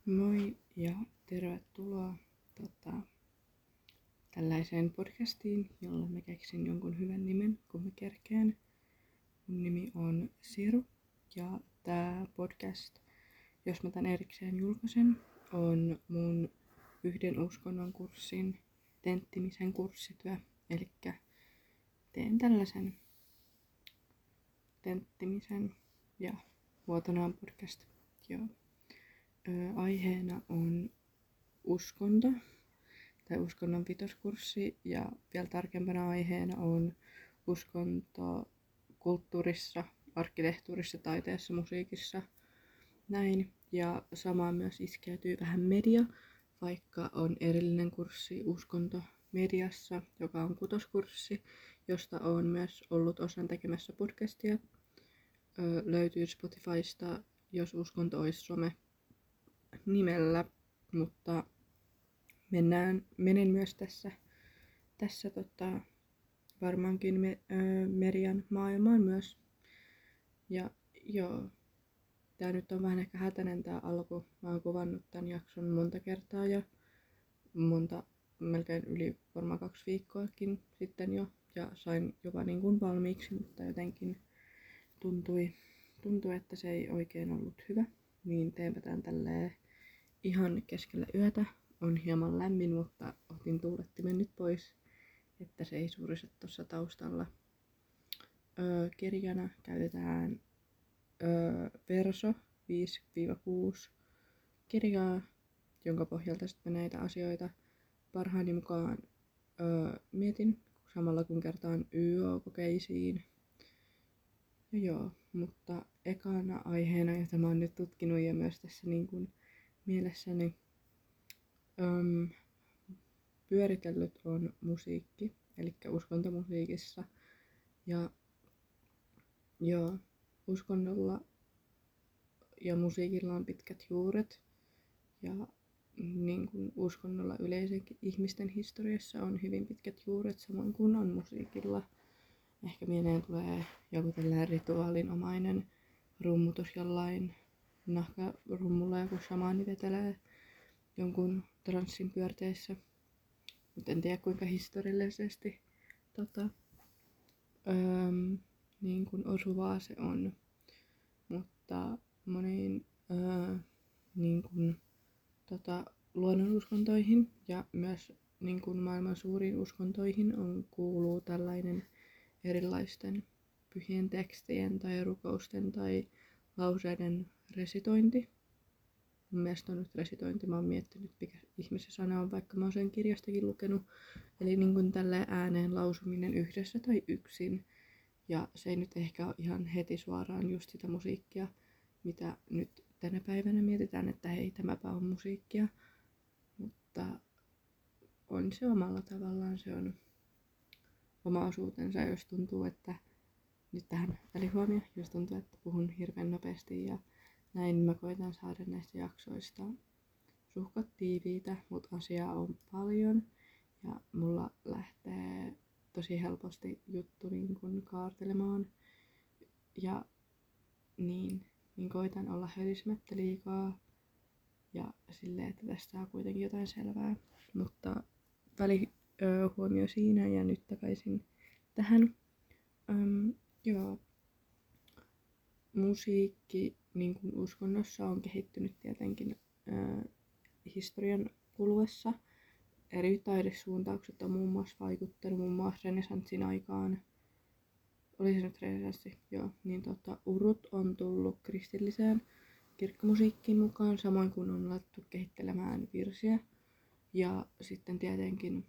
Moi ja tervetuloa tällaiseen podcastiin, jolle mä keksin jonkun hyvän nimen, kun mä kerkeen. Mun nimi on Siru ja tää podcast, jos mä tän erikseen julkaisen, on mun yhden uskonnon kurssin tenttimisen kurssityö. Elikkä teen tällaisen tenttimisen ja vuotona on podcast. Joo. Aiheena on uskonto tai uskonnon vitoskurssi ja vielä tarkempana aiheena on uskonto kulttuurissa, arkkitehtuurissa, taiteessa, musiikissa, näin. Ja samaan myös iskeytyy vähän media, vaikka on erillinen kurssi uskonto mediassa, joka on kutoskurssi, josta on myös ollut osan tekemässä podcastia. Löytyy Spotifysta, jos uskonto olisi some nimellä, mutta menen myös tässä varmaankin median maailmaan myös. Ja joo, tää nyt on vähän ehkä hätäinen tää alku. Mä oon kuvannut tän jakson monta kertaa ja melkein yli varmaan 2 viikkoakin sitten jo. Ja sain jopa niin kuin valmiiksi, mutta jotenkin tuntui, että se ei oikein ollut hyvä. Niin teenpä tän tälleen ihan keskellä yötä. On hieman lämmin, mutta otin tuulettimen nyt pois, että se ei surise tuossa taustalla. Kirjana käytetään Verso 5-6 kirjaa, jonka pohjalta sitten näitä asioita parhaani mukaan mietin, samalla kun kertaan YO-kokeisiin. Ja joo, mutta ekana aiheena, jota mä oon nyt tutkinut ja myös tässä niin kuin mielessäni pyöritellyt on musiikki, eli uskontomusiikissa. Ja joo, uskonnolla ja musiikilla on pitkät juuret. Ja niin kuin uskonnolla yleensäkin ihmisten historiassa on hyvin pitkät juuret, samoin kuin on musiikilla. Ehkä mieleen tulee joku tällainen rituaalinomainen rummutus jollain nahkarummulla, joku shamaani vetelee jonkun transsin pyörteissä. Mutta en tiedä kuinka historiallisesti niin kuin osuvaa se on. Mutta moniin niin kuin, luonnonuskontoihin ja myös niin kuin maailman suuriin uskontoihin kuuluu tällainen erilaisten pyhien tekstien tai rukousten tai lauseiden resitointi. Mun mielestä on nyt resitointi, mä oon miettinyt mikä ihmisen sana on, vaikka mä oon sen kirjastakin lukenut. Eli niin kuin tälleen ääneen lausuminen yhdessä tai yksin. Ja se ei nyt ehkä ole ihan heti suoraan just sitä musiikkia, mitä nyt tänä päivänä mietitään, että hei, tämäpä on musiikkia. Mutta on se omalla tavallaan, se on oma osuutensa, jos tuntuu, että nyt tähän välihuomio, jos tuntuu, että puhun hirveän nopeasti ja näin, mä koitan saada näistä jaksoista suhkot tiiviitä, mutta asiaa on paljon ja mulla lähtee tosi helposti juttu niin kun kaartelemaan ja niin koitan olla hörismättä liikaa ja silleen, että tästä saa kuitenkin jotain selvää, mutta välihuomio siinä ja nyt takaisin tähän. Joo. Musiikki niin kuin uskonnossa on kehittynyt tietenkin historian kuluessa. Eri taidesuuntaukset on muun muassa vaikuttanut muun muassa renessanssin aikaan. Oli se nyt renessanssi? Joo. Niin urut on tullut kristilliseen kirkkomusiikkiin mukaan, samoin kuin on alettu kehittelemään virsiä. Ja sitten tietenkin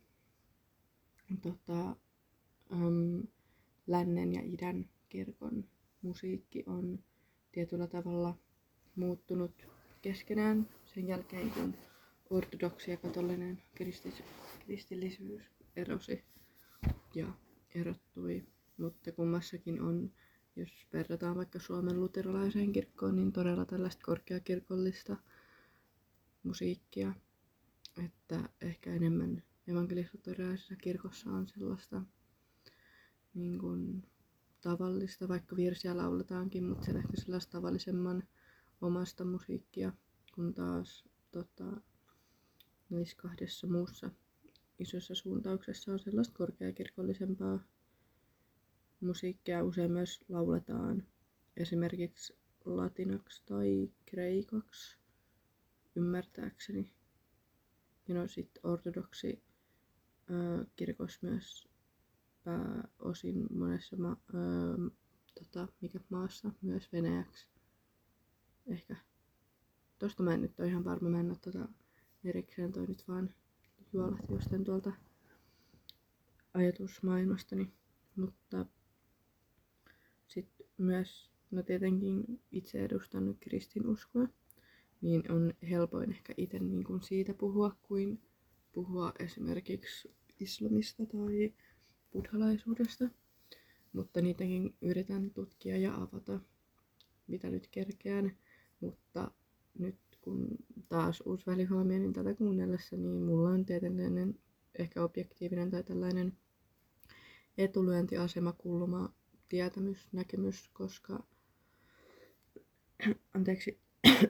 lännen ja idän kirkon musiikki on tietyllä tavalla muuttunut keskenään sen jälkeen, kun ortodoksi ja katolinen kristillisyys erosi ja erottui. Mutta kummassakin on, jos verrataan vaikka Suomen luterilaiseen kirkkoon, niin todella tällaista korkeakirkollista musiikkia. Että ehkä enemmän evankelis-luterilaisessa kirkossa on sellaista niin kuin tavallista, vaikka virsiä lauletaankin, mutta se on ehkä sellaista tavallisemman omasta musiikkia, kun taas noissa kahdessa muussa isossa suuntauksessa on sellaista korkeakirkollisempaa musiikkia. Usein myös lauletaan esimerkiksi latinaksi tai kreikaksi, ymmärtääkseni. Ja no sit ortodoksi kirkossa myös pääosin monessa maassa myös venäjäksi. Ehkä. Tosta mä en nyt ole ihan varma, mä en oo erikseen, toi nyt vaan juolahti jostain tuolta ajatusmaailmastani. Mutta sitten myös, no tietenkin itse edustan kristinuskoa, niin on helpoin ehkä itse niin kuin siitä puhua, kuin puhua esimerkiksi islamista tai buddhalaisuudesta. Mutta niitäkin yritän tutkia ja avata, mitä nyt kerkeän. Mutta nyt kun taas uusi välihuomio, niin tätä kuunnellessa, niin mulla on tieteellinen, ehkä objektiivinen tai tällainen etulyöntiasema, kulma, tietämys, näkemys, koska anteeksi,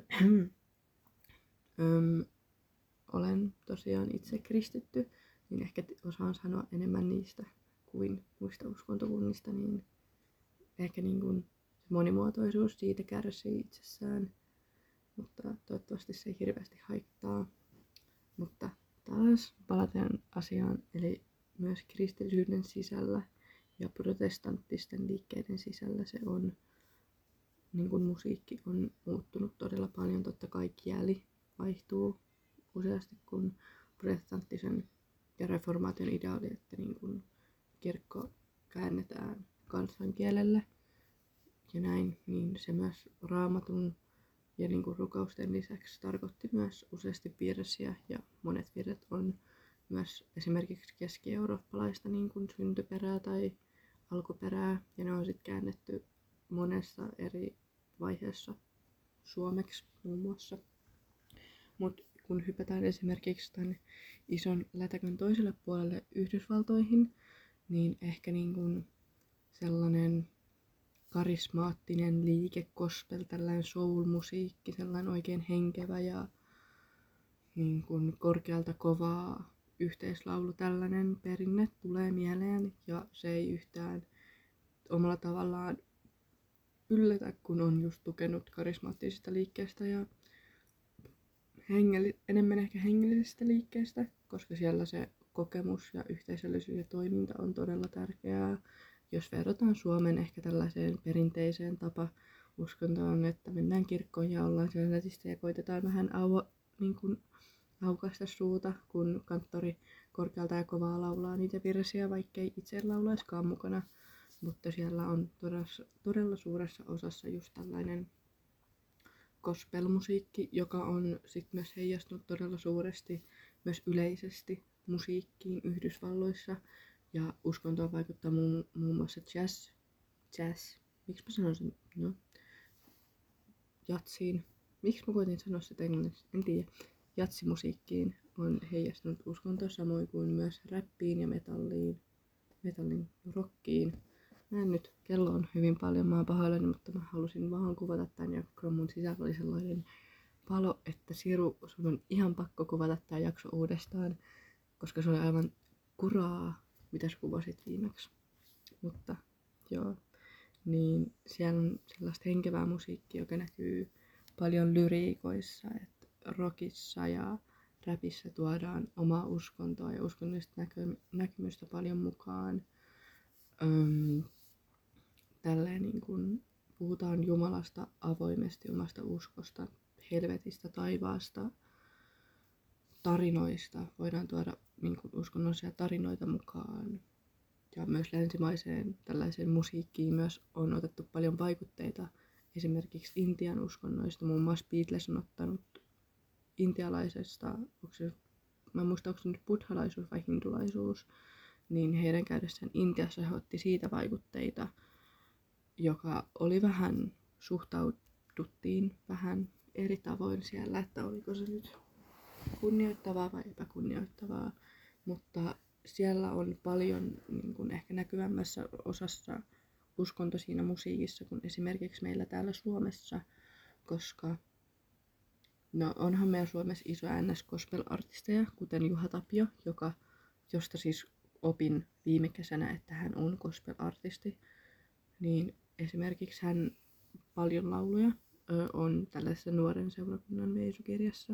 olen tosiaan itse kristitty, niin ehkä osaan sanoa enemmän niistä kuin muista uskontokunnista, niin ehkä niin kuin se monimuotoisuus siitä kärsii itsessään, mutta toivottavasti se ei hirveästi haittaa. Mutta taas palataan asiaan, eli myös kristillisyyden sisällä ja protestanttisten liikkeiden sisällä se on, niin kuin musiikki on muuttunut todella paljon. Totta kai kieli vaihtuu useasti, kun protestanttisen ja reformaation ideaali, että niin kuin kirkko käännetään kansankielelle ja näin, niin se myös Raamatun ja niin kuin rukousten lisäksi tarkoitti myös useasti virsiä, ja monet virret on myös esimerkiksi keski-eurooppalaista niin kuin syntyperää tai alkuperää, ja ne on sitten käännetty monessa eri vaiheessa suomeksi muun muassa. Mutta kun hypätään esimerkiksi tämän ison lätäkön toiselle puolelle Yhdysvaltoihin, niin ehkä niin kuin sellainen karismaattinen liike, gospel, tällainen soul-musiikki, sellainen oikein henkevä ja niin kuin korkealta kovaa yhteislaulu, tällainen perinne tulee mieleen, ja se ei yhtään omalla tavallaan yllätä, kun on just tukenut karismaattisista liikkeestä ja enemmän ehkä hengellisistä liikkeistä, koska siellä se kokemus ja yhteisöllisyys ja toiminta on todella tärkeää. Jos verrataan Suomen ehkä tällaiseen perinteiseen uskontoon, että mennään kirkkoon ja ollaan siellä netissä ja koitetaan vähän aukaista suuta, kun kanttori korkealta ja kovaa laulaa niitä virsiä, vaikkei itse laulaiskaan mukana. Mutta siellä on todella suuressa osassa just tällainen gospel-musiikki, joka on sit myös heijastunut todella suuresti myös yleisesti musiikkiin Yhdysvalloissa. Ja uskontoon vaikuttaa muun muassa jazz, miksi mä sanoisin, no, jatsiin, miksi mä koitin sanoa sitä englanniksi, en tiedä, jatsimusiikkiin on heijastunut uskonto, samoin kuin myös räppiin ja metallin rockiin. Näin nyt, kello on hyvin paljon, mä oon pahoillani, mutta mä halusin vaan kuvata tän, ja mun sisällä oli sellainen palo, että Siru, sun on ihan pakko kuvata tää jakso uudestaan, koska se oli aivan kuraa, mitä sä kuvasit viimeksi. Mutta joo, niin siellä on sellaista henkevää musiikkia, joka näkyy paljon lyriikoissa, että rockissa ja räpissä tuodaan omaa uskontoa ja uskonnollista näkemystä paljon mukaan. Tälleen niin kun puhutaan Jumalasta avoimesti, omasta uskosta, helvetistä, taivaasta, tarinoista. Voidaan tuoda niin kun uskonnollisia tarinoita mukaan. Ja myös länsimaiseen tällaiseen musiikkiin myös on otettu paljon vaikutteita esimerkiksi Intian uskonnoista. Muun muassa Beatles on ottanut intialaisesta, mä en muista onko se nyt buddhalaisuus vai hindulaisuus, niin heidän käydessään Intiassa he otti siitä vaikutteita, joka oli vähän, suhtauduttiin vähän eri tavoin siellä, että oliko se nyt kunnioittavaa vai epäkunnioittavaa, mutta siellä on paljon niin kuin ehkä näkyvämmässä osassa uskonto siinä musiikissa kuin esimerkiksi meillä täällä Suomessa, koska No onhan meillä Suomessa iso NS-gospel-artisteja, kuten Juha Tapio, josta siis opin viime kesänä, että hän on gospel-artisti. Niin esimerkiksi hän paljon lauluja on tällaisessa nuoren seurakunnan veisukirjassa.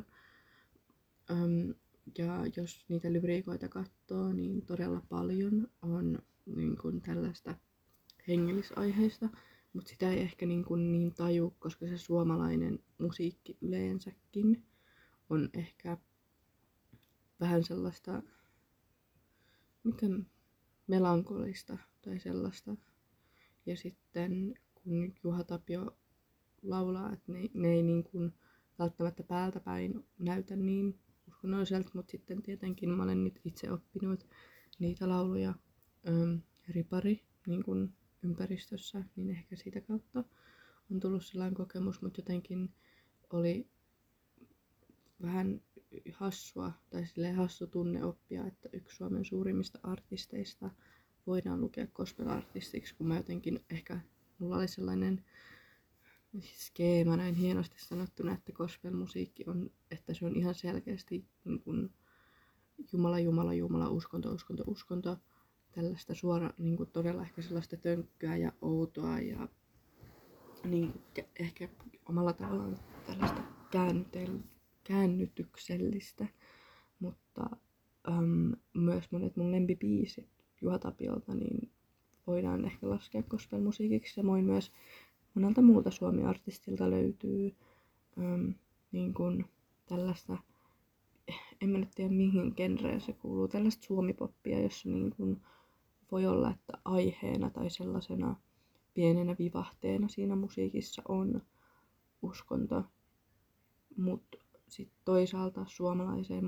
Ja jos niitä lyriikoita katsoo, niin todella paljon on niin kuin tällaista hengellisaiheista, mutta sitä ei ehkä niin taju, koska se suomalainen musiikki yleensäkin on ehkä vähän sellaista mikä melankolista tai sellaista. Ja sitten kun Juha Tapio laulaa, että ne ei niin kuin välttämättä päältä päin näytä niin uskonnolliselta, mutta sitten tietenkin mä olen nyt itse oppinut niitä lauluja ripari niin kuin ympäristössä, niin ehkä siitä kautta on tullut sellainen kokemus, mutta jotenkin oli vähän hassua tai silleen hassu tunne oppia, että yksi Suomen suurimmista artisteista voidaan lukea gospel-artistiksi, kun mä jotenkin ehkä mulla oli sellainen skeema näin hienosti sanottuna, että gospel-musiikki on, että se on ihan selkeästi niin kuin Jumala, Jumala, Jumala, uskonto, uskonto, uskonto, tällaista niin kuin todella ehkä sellaista tönkköä ja outoa ja niin kuin ehkä omalla tavallaan tällaista käännytyksellistä, mutta myös monet mun lempibiisit Juha Tapiolta niin voidaan ehkä laskea gospelmusiikiksi. Samoin myös monelta muulta Suomi-artistilta löytyy niin kuin tällaista, en mä nyt tiedä mihin genreen se kuuluu, tällaista suomipoppia, jossa niin kuin voi olla, että aiheena tai sellaisena pienenä vivahteena siinä musiikissa on uskonto, mutta sitten toisaalta suomalaiseen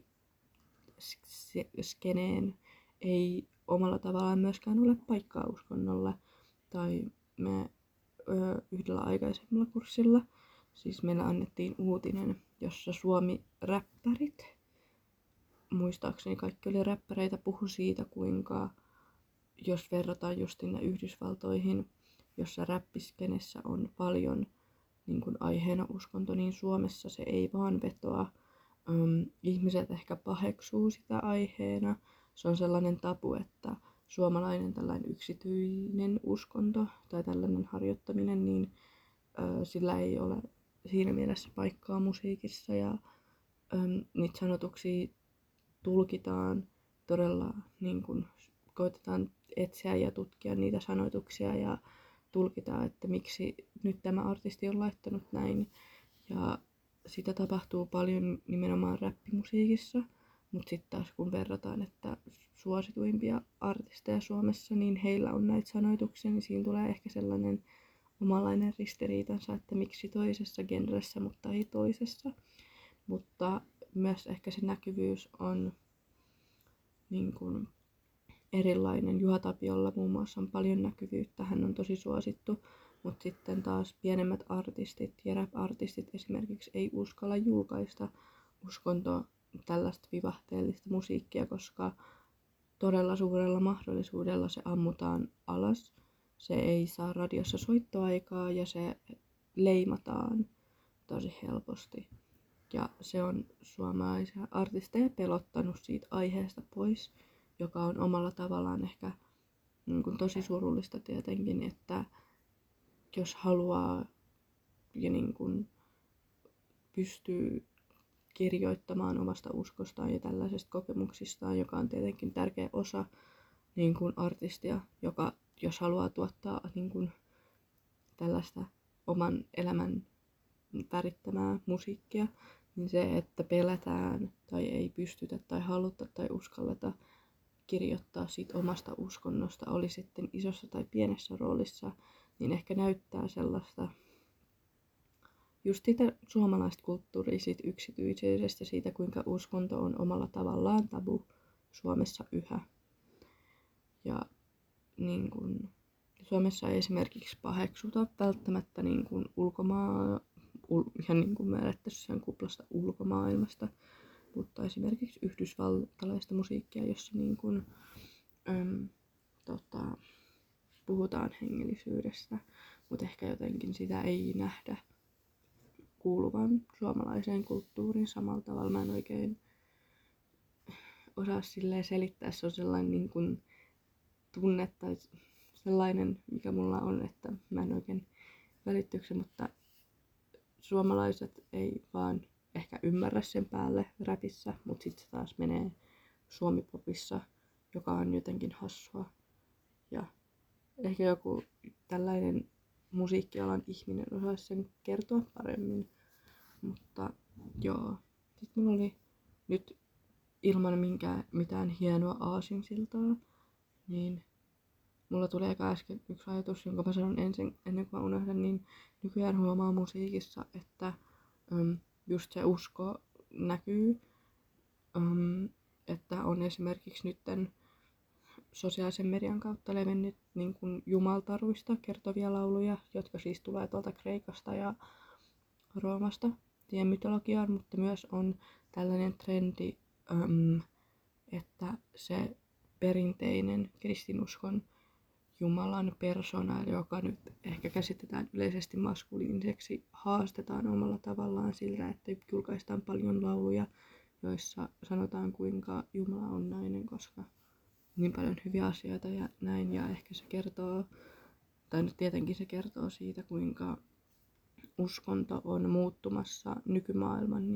musiikkiskeneen ei omalla tavallaan myöskään ole paikkaa uskonnolle. Tai me yhdellä aikaisemmalla kurssilla, siis meillä annettiin uutinen, jossa Suomi-räppärit, muistaakseni kaikki oli räppäreitä, puhu siitä, kuinka jos verrataan just sinne Yhdysvaltoihin, jossa räppiskenessä on paljon niin kuin aiheena uskonto, niin Suomessa se ei vaan vetoa. Ihmiset ehkä paheksuu sitä aiheena. Se on sellainen tabu, että suomalainen tällainen yksityinen uskonto tai tällainen harjoittaminen, niin sillä ei ole siinä mielessä paikkaa musiikissa ja niitä sanotuksia tulkitaan todella, niin kuin koitetaan etsiä ja tutkia niitä sanotuksia ja tulkita, että miksi nyt tämä artisti on laittanut näin. Ja sitä tapahtuu paljon nimenomaan räppimusiikissa, mutta sitten taas kun verrataan, että suosituimpia artisteja Suomessa, niin heillä on näitä sanoituksia, niin siinä tulee ehkä sellainen omanlainen ristiriitansa, että miksi toisessa genressä, mutta ei toisessa. Mutta myös ehkä se näkyvyys on niin kuin erilainen. Juha Tapiolla muun muassa on paljon näkyvyyttä, hän on tosi suosittu, mutta sitten taas pienemmät artistit ja rap-artistit esimerkiksi ei uskalla julkaista uskontoa tällaista vivahteellista musiikkia, koska todella suurella mahdollisuudella se ammutaan alas. Se ei saa radiossa soittoaikaa ja se leimataan tosi helposti. Ja se on suomalaisia artisteja pelottanut siitä aiheesta pois, joka on omalla tavallaan ehkä niin kuin tosi surullista tietenkin, että jos haluaa ja niin kuin pystyy kirjoittamaan omasta uskostaan ja tällaisesta kokemuksistaan, joka on tietenkin tärkeä osa niin kuin artistia, joka jos haluaa tuottaa niin kuin tällaista oman elämän värittämää musiikkia, niin se, että pelätään tai ei pystytä tai haluta tai uskalleta kirjoittaa siitä omasta uskonnosta, oli sitten isossa tai pienessä roolissa, niin ehkä näyttää sellaista just sitä suomalaista kulttuuria, siitä yksityisyydestä, siitä kuinka uskonto on omalla tavallaan tabu Suomessa yhä. Ja niin kun, Suomessa ei esimerkiksi paheksuta välttämättä niin kun ihan niin kuin me elettäisiin sen kuplasta ulkomaailmasta, mutta esimerkiksi yhdysvaltalaista musiikkia, jossa niin kun, puhutaan hengellisyydestä, mutta ehkä jotenkin sitä ei nähdä kuuluvan suomalaiseen kulttuuriin samalla tavalla. Mä en oikein osaa silleen selittää, se on sellainen niin kuin tunne tai sellainen, mikä mulla on, että mä en oikein välittyykö se, mutta suomalaiset ei vaan ehkä ymmärrä sen päälle räpissä, mutta sitten se taas menee suomipopissa, joka on jotenkin hassua. Ja ehkä joku tällainen musiikkialan ihminen osaisi sen kertoa paremmin. Mutta joo, sitten mulla oli nyt ilman mitään hienoa aasinsiltaa, niin mulla tuli eka äsken yksi ajatus, jonka mä sanon ensin, ennen kuin mä unohdan, niin nykyään huomaa musiikissa, että just se usko näkyy, että on esimerkiksi nytten sosiaalisen median kautta levennyt niin kuin jumaltaruista kertovia lauluja, jotka siis tulee tuolta Kreikasta ja Roomasta siihen mytologiaan, mutta myös on tällainen trendi, että se perinteinen kristinuskon Jumalan persona, joka nyt ehkä käsitetään yleisesti maskuliiniseksi, haastetaan omalla tavallaan sillä, että julkaistaan paljon lauluja, joissa sanotaan kuinka Jumala on nainen, koska niin paljon hyviä asioita ja näin. Ja ehkä se kertoo, tai nyt tietenkin se kertoo siitä, kuinka uskonto on muuttumassa nykymaailman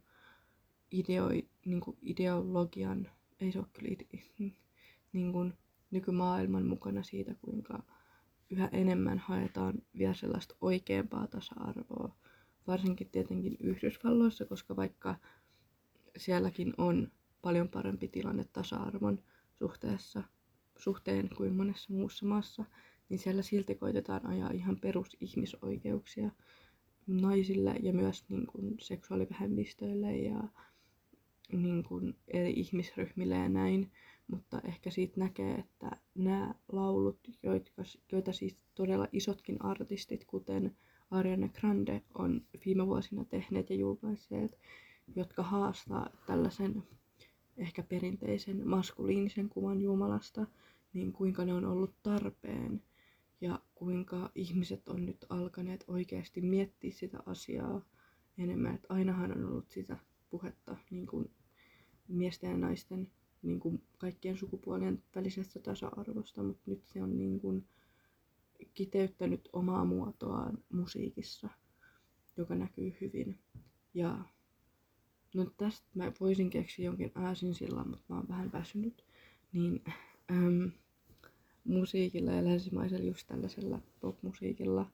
ideologian, ei se ole kyllä nykymaailman mukana siitä, kuinka yhä enemmän haetaan vielä sellaista oikeampaa tasa-arvoa. Varsinkin tietenkin Yhdysvalloissa, koska vaikka sielläkin on paljon parempi tilanne tasa-arvon suhteen kuin monessa muussa maassa, niin siellä silti koitetaan ajaa ihan perusihmisoikeuksia naisille ja myös niin kuin seksuaalivähemmistöille ja niin kuin eri ihmisryhmille ja näin. Mutta ehkä siitä näkee, että nämä laulut, joita siis todella isotkin artistit, kuten Ariana Grande, on viime vuosina tehneet ja julkaisseet, jotka haastaa tällaisen ehkä perinteisen maskuliinisen kuvan Jumalasta, niin kuinka ne on ollut tarpeen ja kuinka ihmiset on nyt alkaneet oikeasti miettiä sitä asiaa enemmän. Että ainahan on ollut sitä puhetta niin kuin miesten ja naisten niin kuin kaikkien sukupuolien välisestä tasa-arvosta, mutta nyt se on niin kuin kiteyttänyt omaa muotoaan musiikissa, joka näkyy hyvin. Ja no tästä mä voisin keksiä jonkin aasinsillan, mutta mä oon vähän väsynyt. Niin musiikilla ja länsimaisella just tällaisella popmusiikilla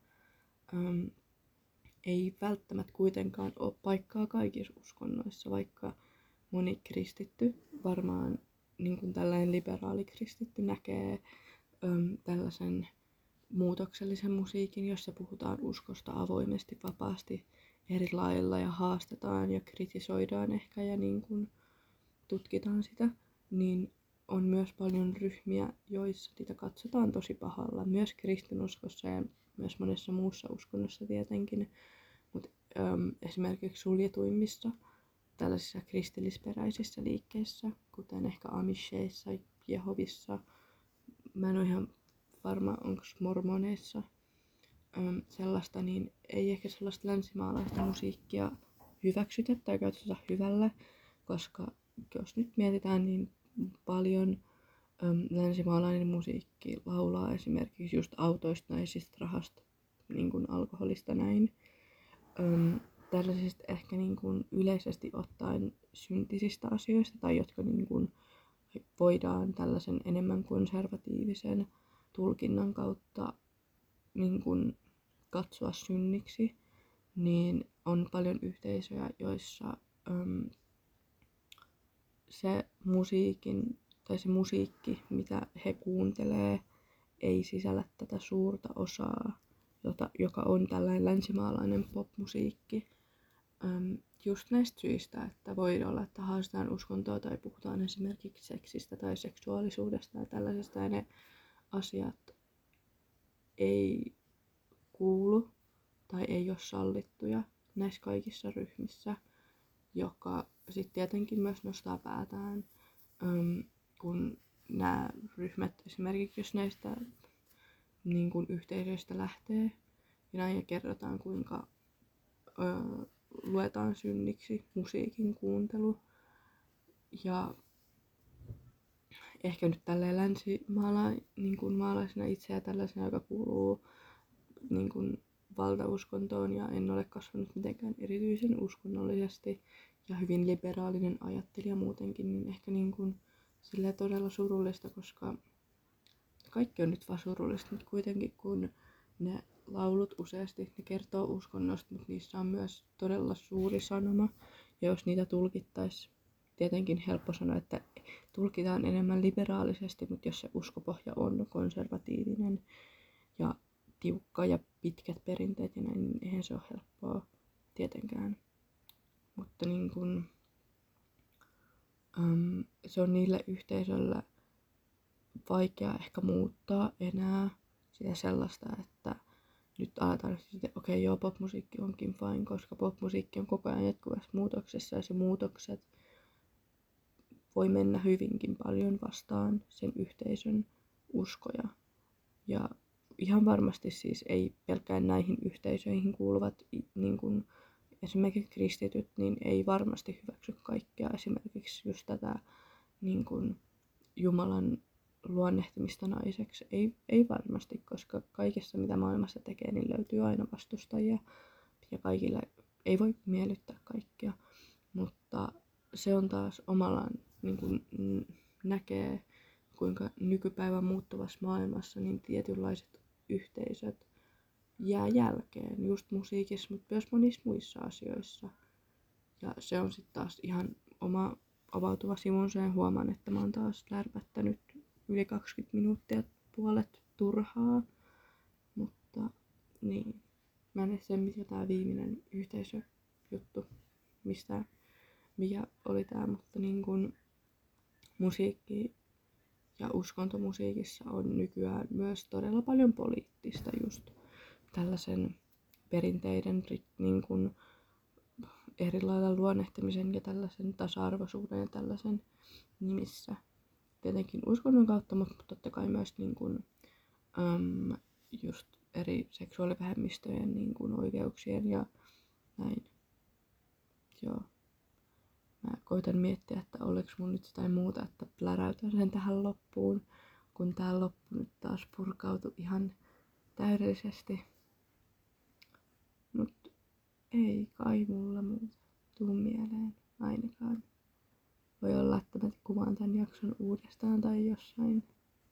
ei välttämättä kuitenkaan ole paikkaa kaikissa uskonnoissa, vaikka moni kristitty, varmaan niin kuin tällainen liberaali kristitty, näkee tällaisen muutoksellisen musiikin, jossa puhutaan uskosta avoimesti, vapaasti, eri lailla ja haastetaan ja kritisoidaan ehkä ja niin kuin tutkitaan sitä, niin on myös paljon ryhmiä, joissa sitä katsotaan tosi pahalla. Myös kristinuskossa ja myös monessa muussa uskonnossa tietenkin, mutta esimerkiksi suljetuimmissa tällaisissa kristillisperäisissä liikkeissä, kuten ehkä Amisheissa, Jehovissa, mä en ole ihan varma, onko mormoneissa sellaista, niin ei ehkä sellaista länsimaalaista musiikkia hyväksytä tai käytetä hyvällä, koska jos nyt mietitään, niin paljon länsimaalainen musiikki laulaa esimerkiksi just autoista, naisista, rahasta, niin kuin alkoholista näin. Tällaisista ehkä niin kuin yleisesti ottaen syntisistä asioista tai jotka niin kuin voidaan tällaisen enemmän konservatiivisen tulkinnan kautta niin kuin katsoa synniksi, niin on paljon yhteisöjä, joissa se musiikki, mitä he kuuntelee, ei sisällä tätä suurta osaa, joka on tällainen länsimaalainen popmusiikki. Just näistä syistä, että voi olla, että haastetaan uskontoa tai puhutaan esimerkiksi seksistä tai seksuaalisuudesta ja tällaisesta, ja ne asiat ei kuulu tai ei ole sallittuja näissä kaikissa ryhmissä, joka sitten tietenkin myös nostaa päätään, kun nämä ryhmät esimerkiksi, jos näistä niin kun yhteisöistä lähtee ja näin ja kerrotaan, kuinka luetaan synniksi musiikin kuuntelu. Ja ehkä nyt tälleen länsimaalaisena itseä tällaisena, joka kuuluu niin kuin valtauskontoon ja en ole kasvanut mitenkään erityisen uskonnollisesti ja hyvin liberaalinen ajattelija muutenkin, niin ehkä niin kuin silleen todella surullista, koska kaikki on nyt vaan surullista, mutta kuitenkin kun ne laulut useasti, ne kertoo uskonnosta, mutta niissä on myös todella suuri sanoma. Ja jos niitä tulkittaisiin, tietenkin helppo sanoa, että tulkitaan enemmän liberaalisesti, mutta jos se uskopohja on konservatiivinen ja tiukka ja pitkät perinteet ja näin, niin eihän se ole helppoa tietenkään. Mutta niin kun, se on niille yhteisöllä vaikea ehkä muuttaa enää sitä sellaista, että nyt aletaan sitten, okei, joo, popmusiikki onkin fine, koska popmusiikki on koko ajan jatkuvassa muutoksessa ja se muutokset voi mennä hyvinkin paljon vastaan sen yhteisön uskoja. Ja ihan varmasti siis ei pelkään näihin yhteisöihin kuuluvat niin kuin esimerkiksi kristityt, niin ei varmasti hyväksy kaikkea. Esimerkiksi just tätä niin kuin Jumalan luonnehtimista naiseksi. Ei varmasti, koska kaikessa mitä maailmassa tekee, niin löytyy aina vastustajia. Ja kaikille ei voi miellyttää kaikkia. Mutta se on taas omallaan niin kuin näkee, kuinka nykypäivän muuttuvassa maailmassa niin tietynlaiset yhteisöt jää jälkeen. Just musiikissa, mutta myös monissa muissa asioissa. Ja se on sitten taas ihan oma avautuva sivunsa ja huomaan, että mä oon taas lärpättänyt yli 20 minuuttia puolet turhaa. Mutta niin, mä en se mikä tää viimeinen yhteisöjuttu, mikä oli tää, mutta niin kun musiikki ja uskontomusiikissa on nykyään myös todella paljon poliittista just tällaisen perinteiden niin kun eri lailla luonnehtimisen ja tällaisen tasa-arvoisuuden ja tällaisen nimissä. Tietenkin uskonnon kautta, mutta totta kai myös niin kun, just eri seksuaalivähemmistöjen niin kun oikeuksien ja näin. Joo. Mä koitan miettiä, että oliko mun nyt jotain muuta, että pläräytän sen tähän loppuun, kun tää loppu nyt taas purkautui ihan täydellisesti. Mut ei kai mulla muuta tuu mieleen ainakaan. Voi olla, että mä kuvaan tän jakson uudestaan tai jossain.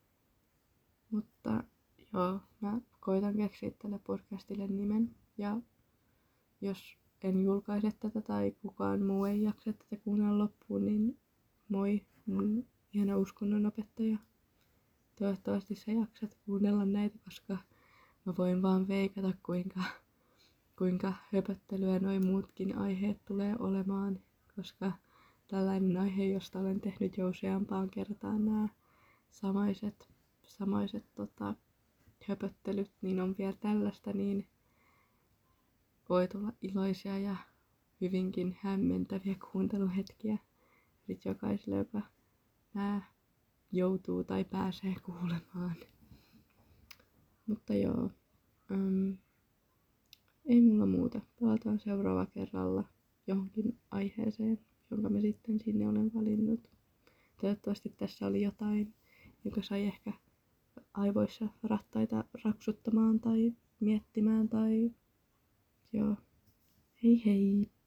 Mutta joo, mä koitan keksiä tälle podcastille nimen. Ja jos en julkaise tätä tai kukaan muu ei jaksa tätä kuunnella loppuun, niin moi, mun ihana uskonnonopettaja. Toivottavasti sä jaksat kuunnella näitä, koska mä voin vaan veikata, kuinka höpöttelyä noi muutkin aiheet tulee olemaan, koska tällainen aihe, josta olen tehnyt jo useampaan kertaan nämä samaiset höpöttelyt, niin on vielä tällaista, niin voi tulla iloisia ja hyvinkin hämmentäviä kuunteluhetkiä sit jokaiselle, joka nää joutuu tai pääsee kuulemaan. Mutta joo, ei mulla muuta. Palataan seuraava kerralla johonkin aiheeseen, jonka mä sitten sinne olen valinnut. Toivottavasti tässä oli jotain, joka sai ehkä aivoissa rattaita raksuttamaan tai miettimään tai joo. Hei hei!